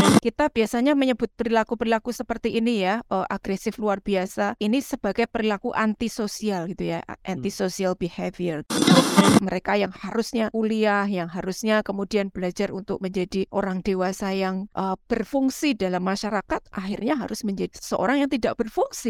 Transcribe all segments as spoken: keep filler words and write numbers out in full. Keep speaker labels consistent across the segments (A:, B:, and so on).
A: Kita biasanya menyebut perilaku-perilaku seperti ini ya, uh, agresif luar biasa, ini sebagai perilaku antisosial gitu ya, antisocial behavior. Mereka yang harusnya kuliah, yang harusnya kemudian belajar untuk menjadi orang dewasa yang uh, berfungsi dalam masyarakat, akhirnya harus menjadi seorang yang tidak berfungsi.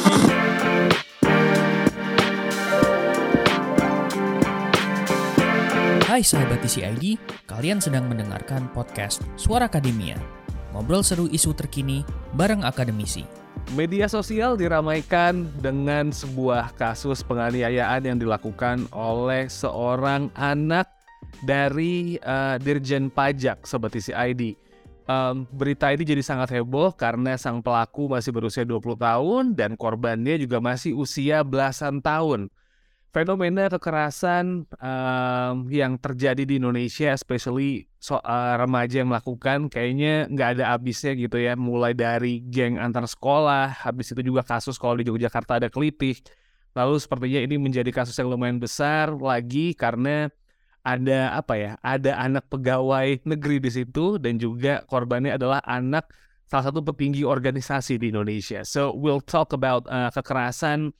B: Hai sahabat T C I D, kalian sedang mendengarkan podcast Suara Akademia. Ngobrol seru isu terkini bareng akademisi.
C: Media sosial diramaikan dengan sebuah kasus penganiayaan yang dilakukan oleh seorang anak dari uh, Dirjen Pajak Sobat T C I D. Um, berita ini jadi sangat heboh karena sang pelaku masih berusia dua puluh tahun dan korbannya juga masih usia belasan tahun. Fenomena kekerasan um, yang terjadi di Indonesia, especially so, uh, remaja yang melakukan, kayaknya nggak ada habisnya gitu ya. Mulai dari geng antar sekolah, habis itu juga kasus kalau di Yogyakarta ada Kelitih. Lalu sepertinya ini menjadi kasus yang lumayan besar lagi karena ada apa ya? Ada anak pegawai negeri di situ dan juga korbannya adalah anak salah satu petinggi organisasi di Indonesia. So we'll talk about uh, kekerasan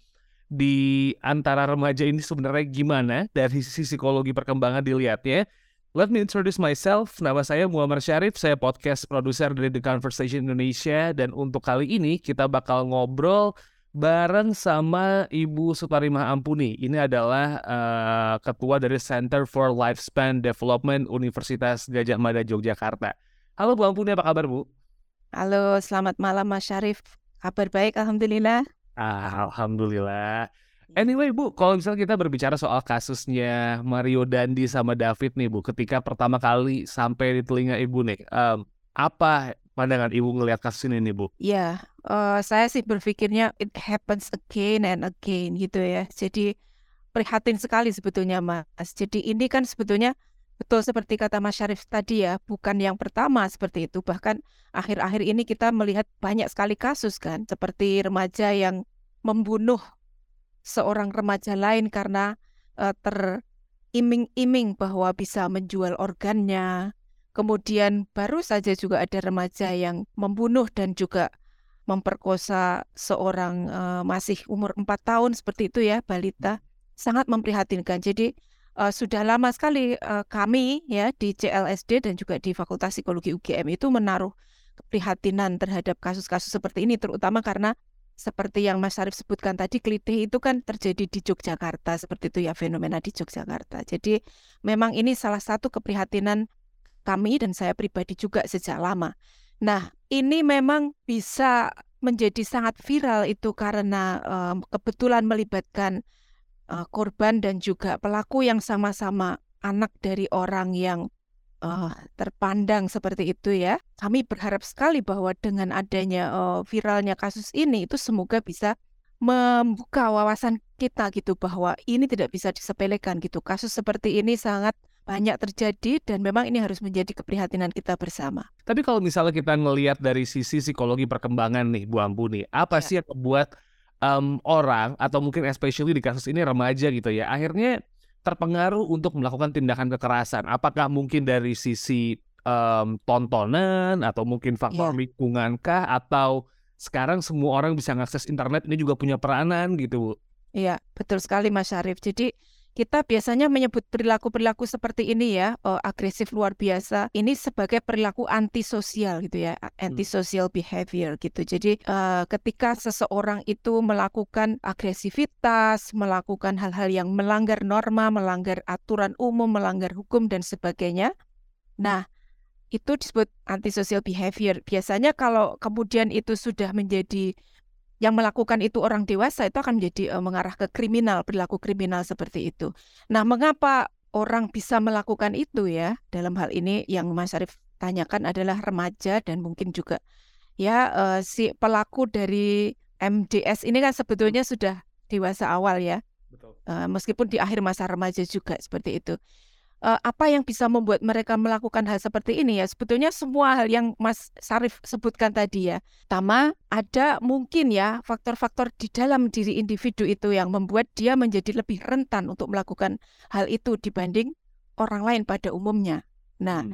C: di antara remaja ini sebenarnya gimana dari sisi psikologi perkembangan dilihatnya. Let me introduce myself. Nama saya Muhammad Syarif, saya podcast produser dari The Conversation Indonesia, dan untuk kali ini kita bakal ngobrol bareng sama Ibu Sutarimah Ampuni. Ini adalah uh, ketua dari Center for Lifespan Development Universitas Gadjah Mada Yogyakarta. Halo Bu Ampuni, apa kabar Bu?
A: Halo, selamat malam Mas Syarif. Kabar baik, alhamdulillah.
C: Ah, Alhamdulillah. Anyway Bu, kalau misalnya kita berbicara soal kasusnya Mario Dandi sama David nih Bu, ketika pertama kali sampai di telinga Ibu nih, um, apa pandangan Ibu ngelihat kasus ini nih Bu?
A: Ya, uh, saya sih berpikirnya it happens again and again gitu ya. Jadi prihatin sekali sebetulnya Mas. Jadi ini kan sebetulnya betul seperti kata Mas Syarif tadi ya, bukan yang pertama seperti itu. Bahkan akhir-akhir ini kita melihat banyak sekali kasus kan, seperti remaja yang membunuh seorang remaja lain karena uh, teriming-iming bahwa bisa menjual organnya. Kemudian baru saja juga ada remaja yang membunuh dan juga memperkosa seorang uh, masih umur empat tahun seperti itu ya, balita. Sangat memprihatinkan. Jadi Uh, sudah lama sekali uh, kami ya di C L S D dan juga di Fakultas Psikologi U G M itu menaruh keprihatinan terhadap kasus-kasus seperti ini, terutama karena seperti yang Mas Syarif sebutkan tadi, Kelitih itu kan terjadi di Yogyakarta, seperti itu ya, fenomena di Yogyakarta. Jadi memang ini salah satu keprihatinan kami dan saya pribadi juga sejak lama. Nah, ini memang bisa menjadi sangat viral itu karena um, kebetulan melibatkan Uh, korban dan juga pelaku yang sama-sama anak dari orang yang uh, terpandang seperti itu ya. Kami berharap sekali bahwa dengan adanya uh, viralnya kasus ini itu semoga bisa membuka wawasan kita gitu, bahwa ini tidak bisa disepelekan gitu. Kasus seperti ini sangat banyak terjadi dan memang ini harus menjadi keprihatinan kita bersama.
C: Tapi kalau misalnya kita ngelihat dari sisi psikologi perkembangan nih Bu Ampuni, apa ya. sih yang membuat Um, orang atau mungkin especially di kasus ini remaja gitu ya, akhirnya terpengaruh untuk melakukan tindakan kekerasan? Apakah mungkin dari sisi um, tontonan atau mungkin faktor yeah. lingkungan kah, atau sekarang semua orang bisa mengakses internet, ini juga punya peranan gitu Bu?
A: Iya, betul sekali Mas Syarif. Jadi kita biasanya menyebut perilaku-perilaku seperti ini ya, oh, agresif luar biasa, ini sebagai perilaku antisosial gitu ya, antisocial behavior gitu. Jadi uh, ketika seseorang itu melakukan agresivitas, melakukan hal-hal yang melanggar norma, melanggar aturan umum, melanggar hukum dan sebagainya, nah itu disebut antisocial behavior. Biasanya kalau kemudian itu sudah menjadi yang melakukan itu orang dewasa, itu akan menjadi uh, mengarah ke kriminal, perilaku kriminal seperti itu. Nah, mengapa orang bisa melakukan itu ya? Dalam hal ini yang Mas Syarif tanyakan adalah remaja dan mungkin juga ya uh, si pelaku dari M D S ini kan sebetulnya sudah dewasa awal ya. Betul. Uh, meskipun di akhir masa remaja juga seperti itu. Uh, apa yang bisa membuat mereka melakukan hal seperti ini ya? Sebetulnya semua hal yang Mas Syarif sebutkan tadi ya. Pertama, ada mungkin ya faktor-faktor di dalam diri individu itu yang membuat dia menjadi lebih rentan untuk melakukan hal itu dibanding orang lain pada umumnya. Nah, hmm.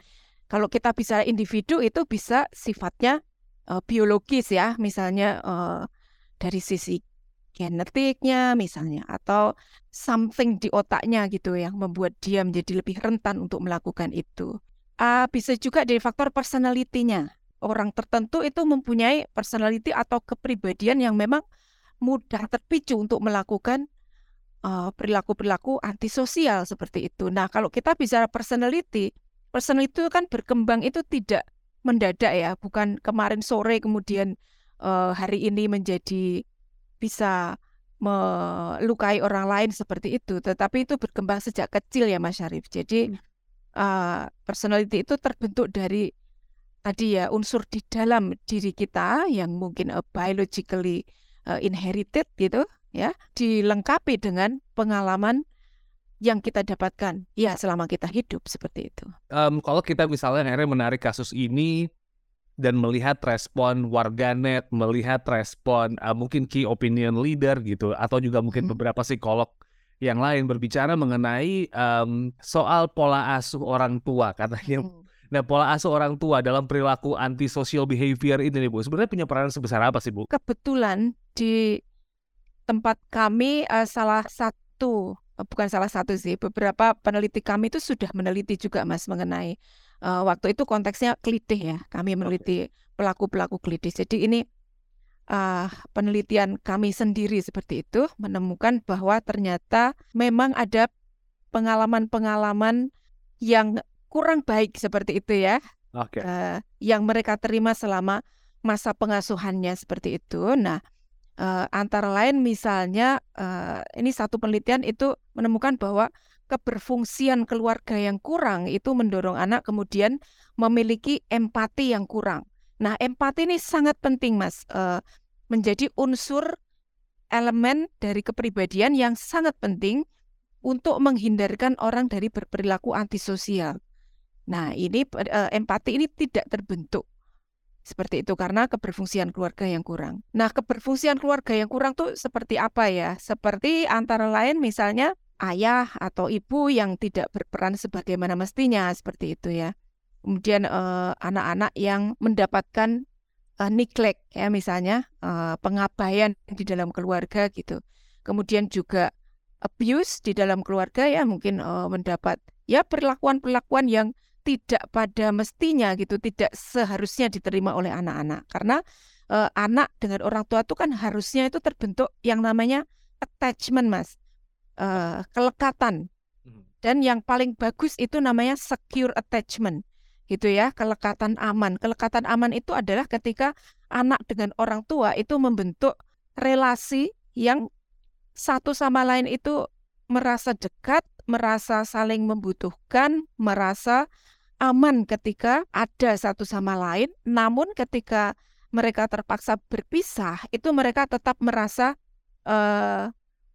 A: Kalau kita bicara individu itu bisa sifatnya uh, biologis ya, misalnya uh, dari sisi genetiknya misalnya, atau something di otaknya gitu yang membuat dia menjadi lebih rentan untuk melakukan itu. Uh, bisa juga dari faktor personality-nya. Orang tertentu itu mempunyai personality atau kepribadian yang memang mudah terpicu untuk melakukan uh, perilaku-perilaku antisosial seperti itu. Nah, kalau kita bicara personality, personality itu kan berkembang itu tidak mendadak ya, bukan kemarin sore kemudian uh, hari ini menjadi bisa melukai orang lain seperti itu, tetapi itu berkembang sejak kecil ya Mas Syarif. Jadi uh, personality itu terbentuk dari tadi ya unsur di dalam diri kita yang mungkin uh, biologically uh, inherited gitu ya, dilengkapi dengan pengalaman yang kita dapatkan ya selama kita hidup seperti itu.
C: Um, kalau kita misalnya akhirnya menarik kasus ini dan melihat respon warganet, melihat respon uh, mungkin key opinion leader gitu, atau juga mungkin hmm. beberapa psikolog yang lain berbicara mengenai um, soal pola asuh orang tua katanya. Hmm. Nah, pola asuh orang tua dalam perilaku antisocial behavior ini nih Bu, sebenarnya punya peranan sebesar apa sih Bu?
A: Kebetulan di tempat kami uh, salah satu, uh, bukan salah satu sih, beberapa peneliti kami itu sudah meneliti juga Mas mengenai Uh, waktu itu konteksnya kelitih ya, kami meneliti pelaku-pelaku kelitih. Jadi ini uh, penelitian kami sendiri seperti itu, menemukan bahwa ternyata memang ada pengalaman-pengalaman yang kurang baik seperti itu ya,
C: okay.
A: uh, yang mereka terima selama masa pengasuhannya seperti itu. Nah, uh, antara lain misalnya uh, ini satu penelitian itu menemukan bahwa keberfungsian keluarga yang kurang itu mendorong anak kemudian memiliki empati yang kurang. Nah, empati ini sangat penting, Mas. Uh, menjadi unsur elemen dari kepribadian yang sangat penting untuk menghindarkan orang dari berperilaku antisosial. Nah, ini uh, empati ini tidak terbentuk seperti itu karena keberfungsian keluarga yang kurang. Nah, keberfungsian keluarga yang kurang tuh seperti apa ya? Seperti antara lain misalnya ayah atau ibu yang tidak berperan sebagaimana mestinya seperti itu ya. Kemudian eh, anak-anak yang mendapatkan eh, neglect ya misalnya eh, pengabaian di dalam keluarga gitu. Kemudian juga abuse di dalam keluarga ya mungkin eh, mendapat ya perlakuan-perlakuan yang tidak pada mestinya gitu, tidak seharusnya diterima oleh anak-anak. Karena eh, anak dengan orang tua itu kan harusnya itu terbentuk yang namanya attachment Mas. Uh, kelekatan, dan yang paling bagus itu namanya secure attachment gitu ya, kelekatan aman. Kelekatan aman itu adalah ketika anak dengan orang tua itu membentuk relasi yang satu sama lain itu merasa dekat, merasa saling membutuhkan, merasa aman ketika ada satu sama lain. Namun ketika mereka terpaksa berpisah itu mereka tetap merasa uh,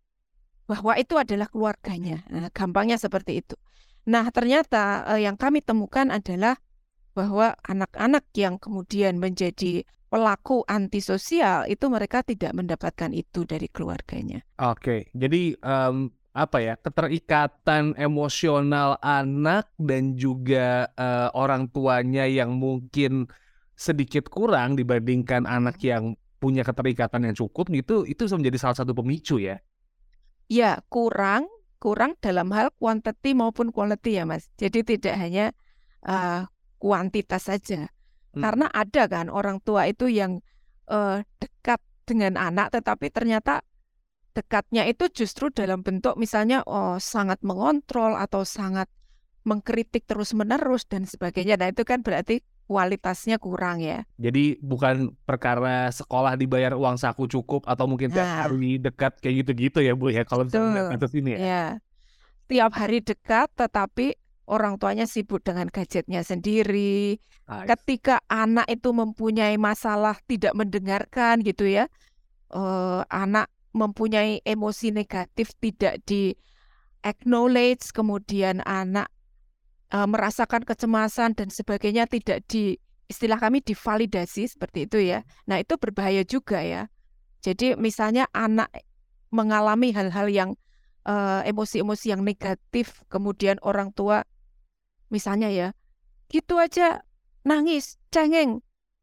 A: bahwa itu adalah keluarganya. Nah, gampangnya seperti itu. Nah, ternyata eh, yang kami temukan adalah bahwa anak-anak yang kemudian menjadi pelaku antisosial itu mereka tidak mendapatkan itu dari keluarganya.
C: Oke, jadi um, apa ya, keterikatan emosional anak dan juga uh, orang tuanya yang mungkin sedikit kurang dibandingkan anak yang punya keterikatan yang cukup gitu, itu bisa menjadi salah satu pemicu ya.
A: Ya, kurang, kurang dalam hal quantity maupun quality ya Mas. Jadi tidak hanya uh, kuantitas saja. Hmm. Karena ada kan orang tua itu yang uh, dekat dengan anak, tetapi ternyata dekatnya itu justru dalam bentuk misalnya oh sangat mengontrol atau sangat mengkritik terus-menerus dan sebagainya. Nah itu kan berarti kualitasnya kurang ya.
C: Jadi bukan perkara sekolah dibayar uang saku cukup atau mungkin tiap nah. hari dekat kayak gitu-gitu ya Bu ya kalau misalnya kasus ini ya.
A: Ya. Tiap hari dekat tetapi orang tuanya sibuk dengan gadgetnya sendiri. Nice. Ketika anak itu mempunyai masalah tidak mendengarkan gitu ya. Uh, anak mempunyai emosi negatif tidak di acknowledge, kemudian anak Uh, merasakan kecemasan dan sebagainya tidak di istilah kami divalidasi seperti itu ya. Nah itu berbahaya juga ya. Jadi misalnya anak mengalami hal-hal yang uh, emosi-emosi yang negatif, kemudian orang tua misalnya ya gitu aja nangis, cengeng,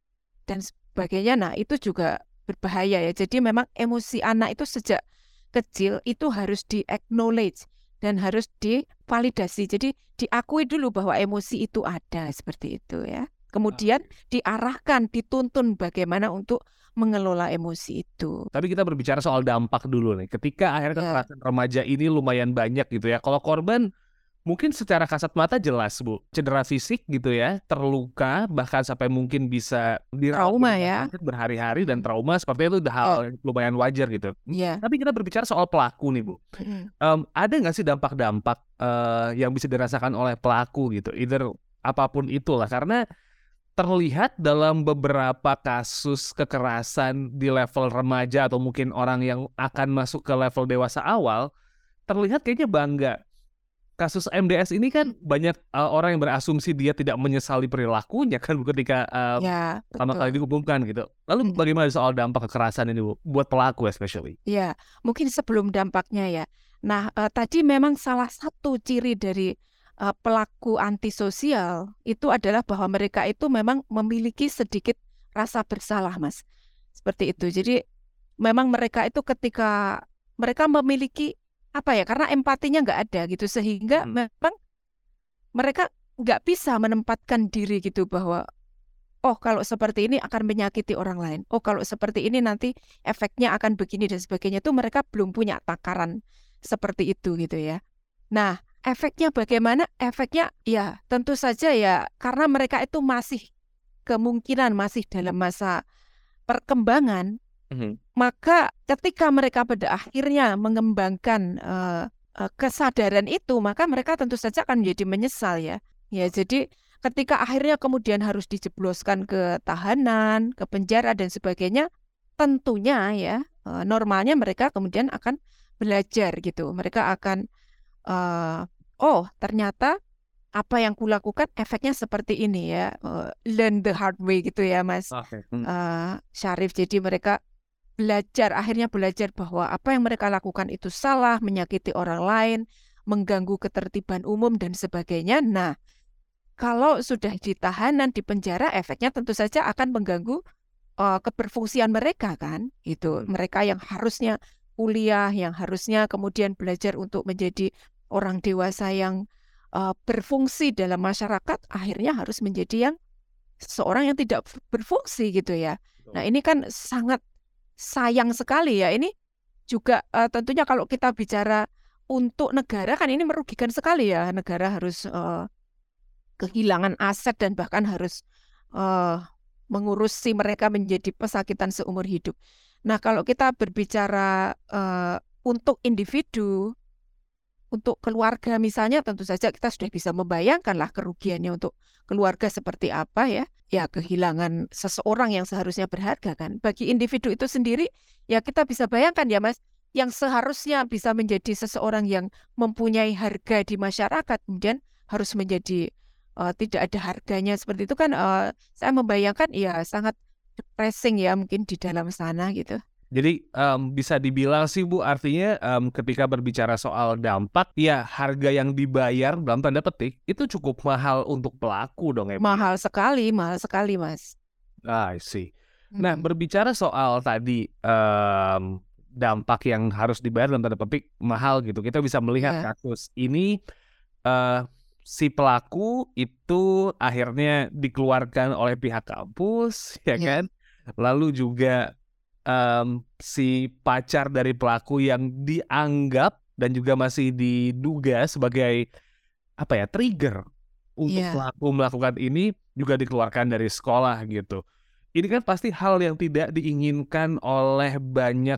A: dan sebagainya. Nah, itu juga berbahaya ya. Jadi memang emosi anak itu sejak kecil itu harus di-acknowledge dan harus divalidasi. Jadi diakui dulu bahwa emosi itu ada, seperti itu ya. Kemudian diarahkan, dituntun bagaimana untuk mengelola emosi itu.
C: Tapi kita berbicara soal dampak dulu nih. Ketika akhirnya
A: Ya.
C: kekerasan remaja ini lumayan banyak gitu ya. Kalau korban mungkin secara kasat mata jelas, Bu. Cedera fisik gitu ya, terluka, bahkan sampai mungkin bisa dirawat di
A: Trauma
C: rumah
A: ya.
C: sakit berhari-hari dan trauma, sepertinya itu udah hal
A: Oh.
C: yang lumayan wajar gitu.
A: Ya.
C: Tapi kita berbicara soal pelaku nih, Bu.
A: Mm.
C: Em, ada nggak sih dampak-dampak eh, yang bisa dirasakan oleh pelaku gitu? Either apapun itulah, karena terlihat dalam beberapa kasus kekerasan di level remaja atau mungkin orang yang akan masuk ke level dewasa awal, terlihat kayaknya bangga. Kasus M D S ini kan banyak uh, orang yang berasumsi dia tidak menyesali perilakunya kan ketika uh,
A: Ya,
C: pertama kali
A: betul.
C: diumumkan gitu. Lalu
A: Mm.
C: bagaimana soal dampak kekerasan ini, Bu, buat pelaku especially?
A: Ya, mungkin sebelum dampaknya ya. Nah, eh, tadi memang salah satu ciri dari eh, pelaku antisosial itu adalah bahwa mereka itu memang memiliki sedikit rasa bersalah, Mas. Seperti itu. Jadi memang mereka itu ketika mereka memiliki apa ya? Karena empatinya nggak ada gitu, sehingga
C: Hmm.
A: memang mereka nggak bisa menempatkan diri gitu bahwa oh, kalau seperti ini akan menyakiti orang lain. Oh, kalau seperti ini nanti efeknya akan begini dan sebagainya. Itu mereka belum punya takaran seperti itu gitu ya. Nah, efeknya bagaimana? Efeknya ya tentu saja ya karena mereka itu masih kemungkinan masih dalam masa perkembangan,
C: Mhm.
A: maka ketika mereka pada akhirnya mengembangkan eh, eh, kesadaran itu, maka mereka tentu saja akan menjadi menyesal ya. Ya, jadi ketika akhirnya kemudian harus dijebloskan ke tahanan, ke penjara dan sebagainya, tentunya ya eh, normalnya mereka kemudian akan belajar gitu. Mereka akan eh, oh ternyata apa yang kulakukan efeknya seperti ini ya. Eh, learn the hard way gitu ya, Mas
C: Oke. Hmm.
A: eh, Syarif. Jadi mereka belajar, akhirnya belajar bahwa apa yang mereka lakukan itu salah, menyakiti orang lain, mengganggu ketertiban umum dan sebagainya. Nah, kalau sudah di tahanan, di penjara, efeknya tentu saja akan mengganggu uh, keberfungsian mereka kan. Itu
C: Hmm.
A: mereka yang harusnya kuliah, yang harusnya kemudian belajar untuk menjadi orang dewasa yang uh, berfungsi dalam masyarakat, akhirnya harus menjadi yang seorang yang tidak berfungsi gitu ya. Nah, ini kan sangat sayang sekali ya. Ini juga uh, tentunya kalau kita bicara untuk negara kan ini merugikan sekali ya. Negara harus uh, kehilangan aset dan bahkan harus uh, mengurusi mereka menjadi pesakitan seumur hidup. Nah, kalau kita berbicara uh, untuk individu, untuk keluarga misalnya, tentu saja kita sudah bisa membayangkanlah kerugiannya untuk keluarga seperti apa ya. Ya, kehilangan seseorang yang seharusnya berharga kan. Bagi individu itu sendiri, ya kita bisa bayangkan ya Mas, yang seharusnya bisa menjadi seseorang yang mempunyai harga di masyarakat, kemudian harus menjadi uh, tidak ada harganya seperti itu kan. Uh, saya membayangkan ya sangat depressing ya mungkin di dalam sana gitu.
C: Jadi em, bisa dibilang sih, Bu, artinya em, ketika berbicara soal dampak, ya harga yang dibayar dalam tanda petik itu cukup mahal untuk pelaku dong ya, Bu?
A: Mahal sekali, mahal sekali Mas.
C: Ah, I see. Nah,
A: Mm-mm.
C: berbicara soal tadi em, dampak yang harus dibayar dalam tanda petik mahal gitu, kita bisa melihat
A: Ya.
C: kasus ini eh, si pelaku itu akhirnya dikeluarkan oleh pihak kampus, ya
A: Ya.
C: kan? Lalu juga em, si pacar dari pelaku yang dianggap dan juga masih diduga sebagai apa ya trigger untuk
A: Ya.
C: pelaku melakukan ini juga dikeluarkan dari sekolah gitu. Ini kan pasti hal yang tidak diinginkan oleh banyak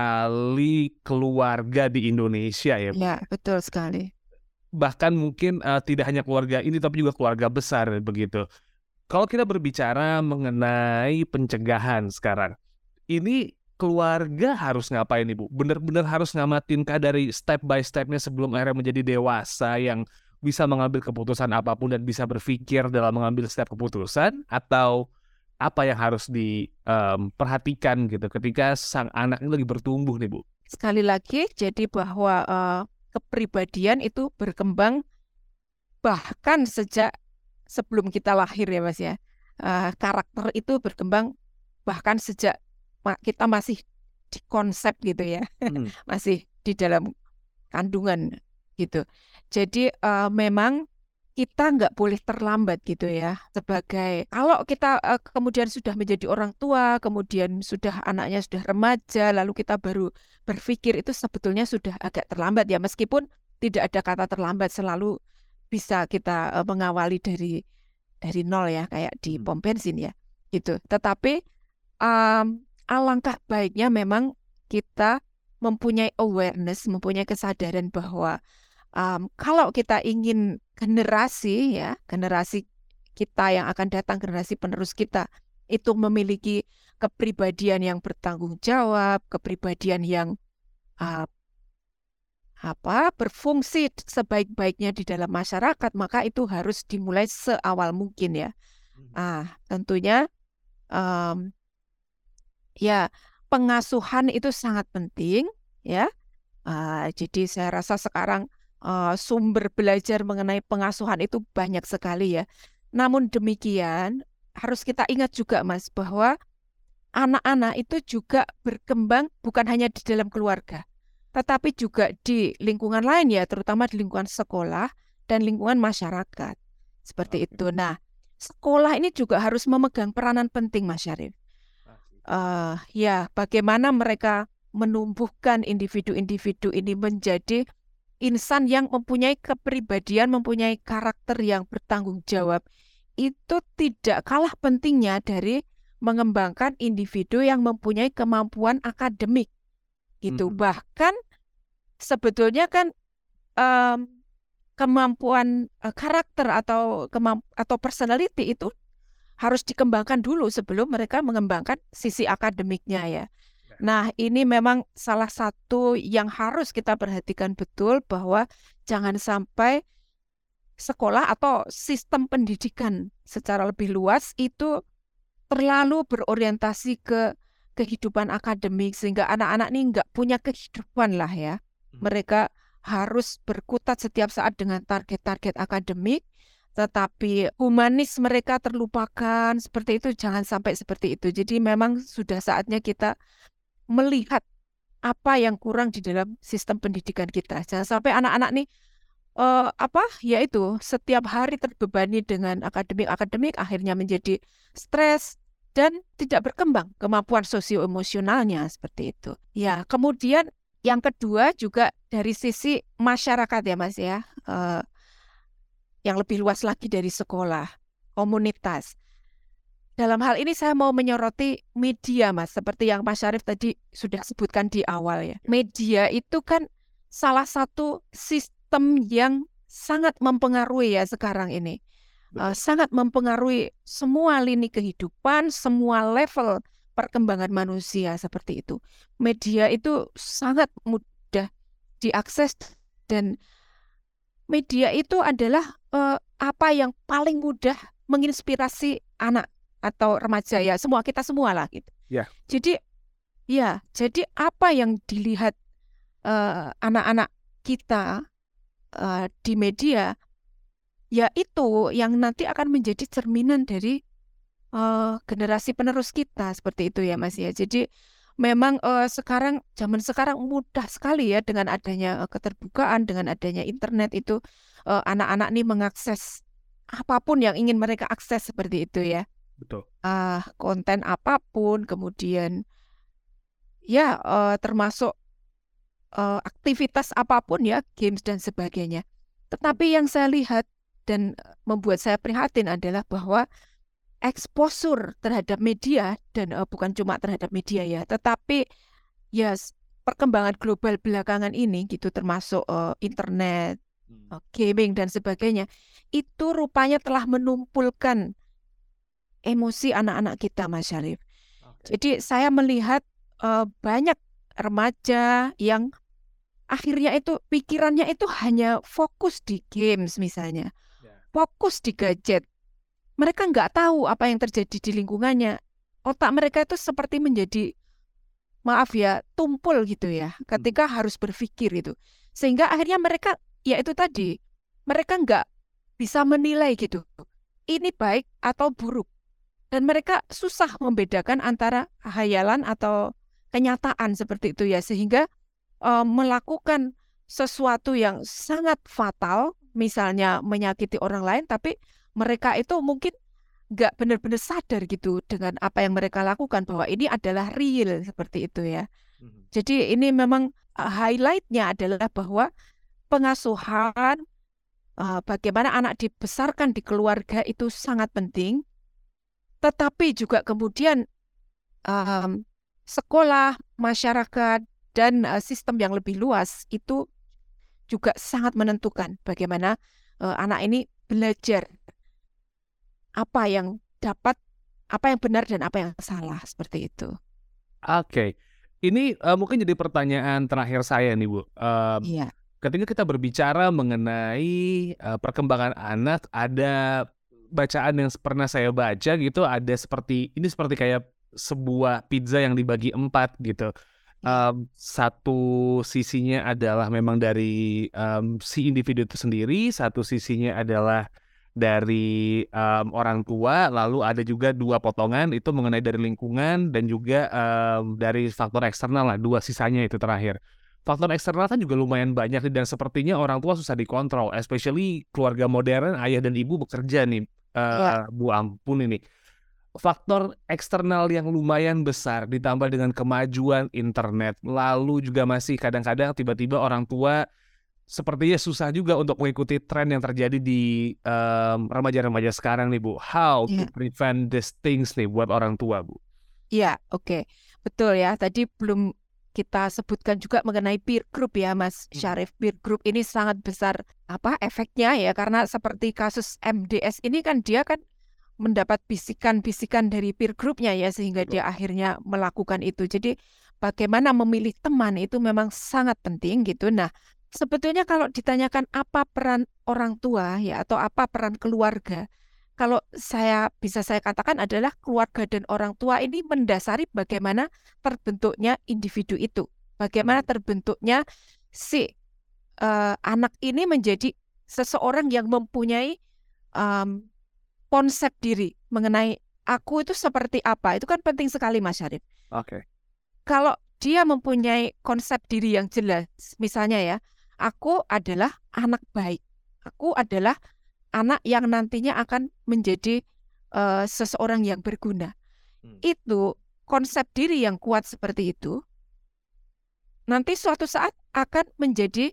C: sekali keluarga di Indonesia ya, Bu.
A: Ya, betul sekali.
C: Bahkan mungkin eh, tidak hanya keluarga ini tapi juga keluarga besar begitu. Kalau kita berbicara mengenai pencegahan sekarang, ini keluarga harus ngapain, Ibu? Benar-benar harus ngamatinkah dari step by stepnya sebelum akhirnya menjadi dewasa yang bisa mengambil keputusan apapun dan bisa berpikir dalam mengambil setiap keputusan? Atau apa yang harus diperhatikan gitu ketika sang anak ini lagi bertumbuh nih, Bu?
A: Sekali lagi, jadi bahwa uh, kepribadian itu berkembang bahkan sejak sebelum kita lahir ya Mas ya. Uh, karakter itu berkembang bahkan sejak ma- kita masih di konsep gitu ya,
C: Hmm.
A: masih di dalam kandungan gitu. Jadi uh, memang kita nggak boleh terlambat gitu ya. Sebagai kalau kita uh, kemudian sudah menjadi orang tua, kemudian sudah anaknya sudah remaja, lalu kita baru berpikir, itu sebetulnya sudah agak terlambat ya. Meskipun tidak ada kata terlambat, selalu bisa kita uh, mengawali dari dari nol ya, kayak di
C: Hmm.
A: pom bensin ya gitu. Tetapi um, alangkah baiknya memang kita mempunyai awareness, mempunyai kesadaran bahwa um, kalau kita ingin generasi ya, generasi kita yang akan datang, generasi penerus kita itu memiliki kepribadian yang bertanggung jawab, kepribadian yang uh, apa berfungsi sebaik-baiknya di dalam masyarakat, maka itu harus dimulai seawal mungkin ya. Ah, tentunya um, ya pengasuhan itu sangat penting ya. Ah, jadi saya rasa sekarang uh, sumber belajar mengenai pengasuhan itu banyak sekali ya. Namun demikian harus kita ingat juga Mas bahwa anak-anak itu juga berkembang bukan hanya di dalam keluarga, tetapi juga di lingkungan lain ya, terutama di lingkungan sekolah dan lingkungan masyarakat. Seperti itu. Nah, sekolah ini juga harus memegang peranan penting, Mas Syarif. Uh, ya, bagaimana mereka menumbuhkan individu-individu ini menjadi insan yang mempunyai kepribadian, mempunyai karakter yang bertanggung jawab. Itu tidak kalah pentingnya dari mengembangkan individu yang mempunyai kemampuan akademik. Gitu.
C: Mhm.
A: Bahkan sebetulnya kan um, kemampuan uh, karakter atau kemamp- atau personality itu harus dikembangkan dulu sebelum mereka mengembangkan sisi akademiknya ya. Nah, ini memang salah satu yang harus kita perhatikan betul, bahwa jangan sampai sekolah atau sistem pendidikan secara lebih luas itu terlalu berorientasi ke kehidupan akademik sehingga anak-anak ini nggak punya kehidupan lah ya. Mereka harus berkutat setiap saat dengan target-target akademik, tetapi humanis mereka terlupakan. Seperti itu, jangan sampai seperti itu. Jadi memang sudah saatnya kita melihat apa yang kurang di dalam sistem pendidikan kita. Jangan sampai anak-anak nih eh, apa yaitu setiap hari terbebani dengan akademik-akademik, akhirnya menjadi stres dan tidak berkembang kemampuan sosio-emosionalnya seperti itu. Ya, kemudian yang kedua juga dari sisi masyarakat ya Mas ya, eh, yang lebih luas lagi dari sekolah, komunitas. Dalam hal ini saya mau menyoroti media Mas, seperti yang Mas Syarif tadi sudah sebutkan di awal ya. Media itu kan salah satu sistem yang sangat mempengaruhi ya sekarang ini. Uh, sangat mempengaruhi semua lini kehidupan, semua level perkembangan manusia seperti itu. Media itu sangat mudah diakses dan media itu adalah uh, apa yang paling mudah menginspirasi anak atau remaja ya, semua kita semua lah gitu.
C: Ya.
A: Jadi ya, jadi apa yang dilihat uh, anak-anak kita uh, di media, ya itu yang nanti akan menjadi cerminan dari uh, generasi penerus kita seperti itu ya Mas ya. Jadi memang uh, sekarang zaman sekarang mudah sekali ya dengan adanya uh, keterbukaan, dengan adanya internet itu uh, anak-anak nih mengakses apapun yang ingin mereka akses seperti itu ya.
C: Betul.
A: Uh, konten apapun, kemudian ya uh, termasuk uh, aktivitas apapun ya, games dan sebagainya. Tetapi yang saya lihat dan membuat saya prihatin adalah bahwa eksposur terhadap media dan uh, bukan cuma terhadap media ya, tetapi ya perkembangan global belakangan ini gitu, termasuk uh, internet, uh, gaming dan sebagainya, itu rupanya telah menumpulkan emosi anak-anak kita Mas Syarif. Okay. Jadi saya melihat uh, banyak remaja yang akhirnya itu pikirannya itu hanya fokus di games misalnya, yeah. fokus di gadget. Mereka nggak tahu apa yang terjadi di lingkungannya. Otak mereka itu seperti menjadi, maaf ya, tumpul gitu ya, ketika hmm. harus berpikir itu. Sehingga akhirnya mereka, ya itu tadi, mereka nggak bisa menilai gitu. ini baik atau buruk. Dan mereka susah membedakan antara hayalan atau kenyataan seperti itu ya. Sehingga uh, melakukan sesuatu yang sangat fatal, misalnya menyakiti orang lain, tapi mereka itu mungkin nggak benar-benar sadar gitu dengan apa yang mereka lakukan, bahwa ini adalah real seperti itu ya.
C: Mhm.
A: Jadi ini memang uh, highlight-nya adalah bahwa pengasuhan, uh, bagaimana anak dibesarkan di keluarga itu sangat penting, tetapi juga kemudian um, sekolah, masyarakat, dan uh, sistem yang lebih luas itu juga sangat menentukan bagaimana uh, anak ini belajar apa yang dapat, apa yang benar dan apa yang salah seperti itu.
C: Oke, ini uh, mungkin jadi pertanyaan terakhir saya nih Bu. Uh,
A: Iya.
C: ketika kita berbicara mengenai uh, perkembangan anak, ada bacaan yang pernah saya baca gitu, ada seperti ini seperti kayak sebuah pizza yang dibagi empat gitu. Um, satu sisinya adalah memang dari um, si individu itu sendiri, satu sisinya adalah dari um, orang tua, lalu ada juga dua potongan itu mengenai dari lingkungan dan juga um, dari faktor eksternal lah, dua sisanya itu terakhir. Faktor eksternal kan juga lumayan banyak dan sepertinya orang tua susah dikontrol, especially keluarga modern, ayah dan ibu bekerja nih, uh, Bu ampun ini. Faktor eksternal yang lumayan besar ditambah dengan kemajuan internet, lalu juga masih kadang-kadang tiba-tiba orang tua sepertinya susah juga untuk mengikuti tren yang terjadi di um, remaja-remaja sekarang nih Bu. How to
A: Iya.
C: prevent these things nih buat orang tua Bu?
A: Iya, oke. Betul ya. Tadi belum kita sebutkan juga mengenai peer group ya, Mas Syarif. Peer group ini sangat besar apa efeknya ya, karena seperti kasus M D S ini kan dia kan mendapat bisikan-bisikan dari peer groupnya ya, sehingga dia akhirnya melakukan itu. Jadi bagaimana memilih teman itu memang sangat penting gitu. Nah, sebetulnya kalau ditanyakan apa peran orang tua ya atau apa peran keluarga, kalau saya bisa saya katakan adalah keluarga dan orang tua ini mendasari bagaimana terbentuknya individu itu. Bagaimana terbentuknya si uh, anak ini menjadi seseorang yang mempunyai um, konsep diri mengenai aku itu seperti apa. Itu kan penting sekali Mas Syarif.
C: Oke.
A: Kalau dia mempunyai konsep diri yang jelas, misalnya ya, aku adalah anak baik. Aku adalah anak yang nantinya akan menjadi uh, seseorang yang berguna.
C: Hmm.
A: Itu konsep diri yang kuat seperti itu, nanti suatu saat akan menjadi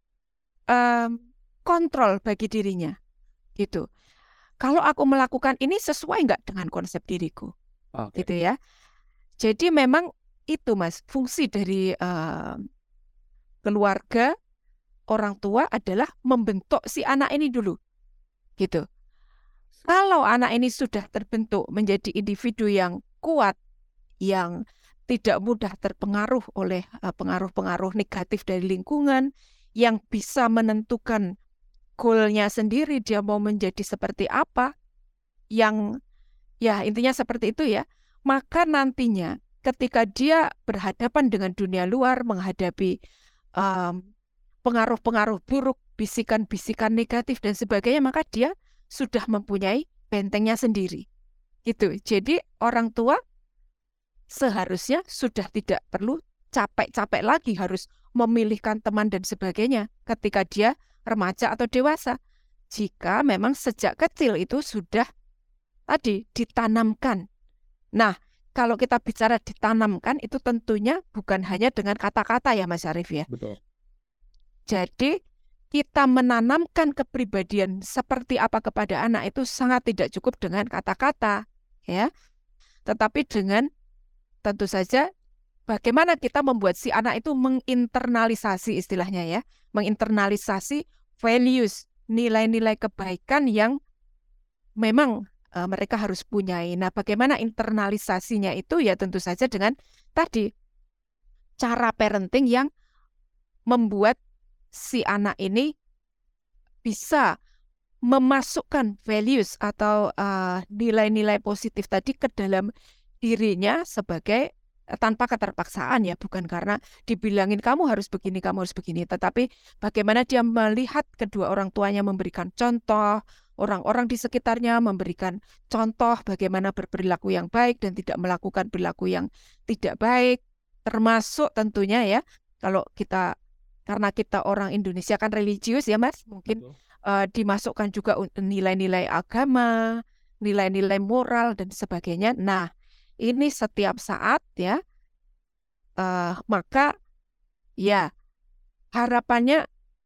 A: um, kontrol bagi dirinya. Gitu. Kalau aku melakukan ini sesuai nggak dengan konsep diriku,
C: Oke.
A: gitu ya. Jadi memang itu Mas, fungsi dari uh, keluarga, orang tua adalah membentuk si anak ini dulu, gitu. Kalau anak ini sudah terbentuk menjadi individu yang kuat, yang tidak mudah terpengaruh oleh uh, pengaruh-pengaruh negatif dari lingkungan, yang bisa menentukan goalnya sendiri, dia mau menjadi seperti apa, yang ya intinya seperti itu ya, maka nantinya ketika dia berhadapan dengan dunia luar, menghadapi um, pengaruh-pengaruh buruk, bisikan-bisikan negatif dan sebagainya, maka dia sudah mempunyai bentengnya sendiri. Gitu. Jadi orang tua seharusnya sudah tidak perlu capek-capek lagi harus memilihkan teman dan sebagainya ketika dia remaja atau dewasa, jika memang sejak kecil itu sudah tadi ditanamkan. Nah, kalau kita bicara ditanamkan itu tentunya bukan hanya dengan kata-kata ya Mas Syarif ya.
C: Betul.
A: Jadi kita menanamkan kepribadian seperti apa kepada anak itu sangat tidak cukup dengan kata-kata ya. Tetapi dengan tentu saja bagaimana kita membuat si anak itu menginternalisasi istilahnya ya, menginternalisasi values, nilai-nilai kebaikan yang memang uh, mereka harus punyai. Nah, bagaimana internalisasinya itu ya tentu saja dengan tadi cara parenting yang membuat si anak ini bisa memasukkan values atau uh, nilai-nilai positif tadi ke dalam dirinya sebagai tanpa keterpaksaan ya, bukan karena dibilangin kamu harus begini, kamu harus begini, tetapi bagaimana dia melihat kedua orang tuanya memberikan contoh, orang-orang di sekitarnya, memberikan contoh bagaimana berperilaku yang baik dan tidak melakukan perilaku yang tidak baik, termasuk tentunya ya, kalau kita, karena kita orang Indonesia kan religius ya Mas, mungkin uh, dimasukkan juga nilai-nilai agama, nilai-nilai moral dan sebagainya. Nah, ini setiap saat ya, uh, maka ya harapannya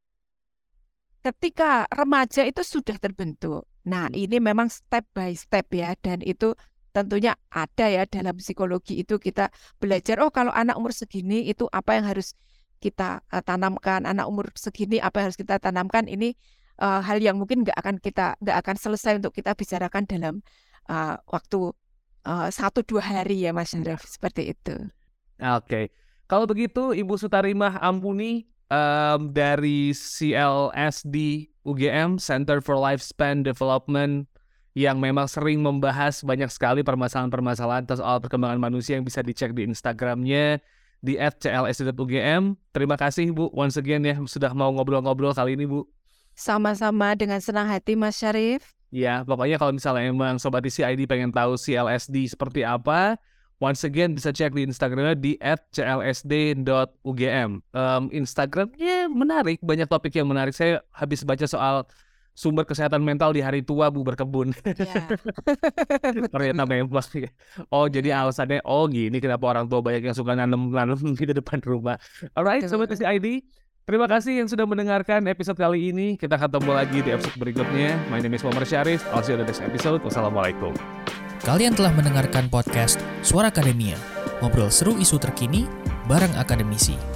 A: ketika remaja itu sudah terbentuk. Nah, ini memang step by step ya, dan itu tentunya ada ya dalam psikologi itu kita belajar, oh kalau anak umur segini itu apa yang harus kita uh, tanamkan, anak umur segini apa yang harus kita tanamkan. Ini uh, hal yang mungkin nggak akan kita nggak akan selesai untuk kita bicarakan dalam uh, waktu uh, satu dua hari ya Mas Syarif, seperti itu.
C: Oke, okay. Kalau begitu Ibu Sutarimah Ampuni Um, dari C L S D U G M, Center for Lifespan Development, yang memang sering membahas banyak sekali permasalahan-permasalahan soal perkembangan manusia, yang bisa dicek di Instagramnya di at c l s d dot u g m. Terima kasih Bu once again ya sudah mau ngobrol-ngobrol kali ini Bu.
A: Sama-sama, dengan senang hati Mas Syarif.
C: Ya, pokoknya kalau misalnya emang Sobat T C I D pengen tahu C L S D seperti apa, once again bisa cek di Instagramnya di at c l s d dot u g m. Um, Instagramnya menarik, banyak topik yang menarik. Saya habis baca soal sumber kesehatan mental di hari tua Bu berkebun.
A: Ya.
C: Ternyata memang. Oh jadi alasannya, oh gini kenapa orang tua banyak yang suka nanam-nanam di depan rumah. Alright, Sobat T C I D, terima kasih yang sudah mendengarkan episode kali ini. Kita ketemu lagi di episode berikutnya. My name is Muhammad Syarif. I'll see you on the next episode. Wassalamualaikum.
B: Kalian telah mendengarkan podcast Suara Akademia, ngobrol seru isu terkini bareng akademisi.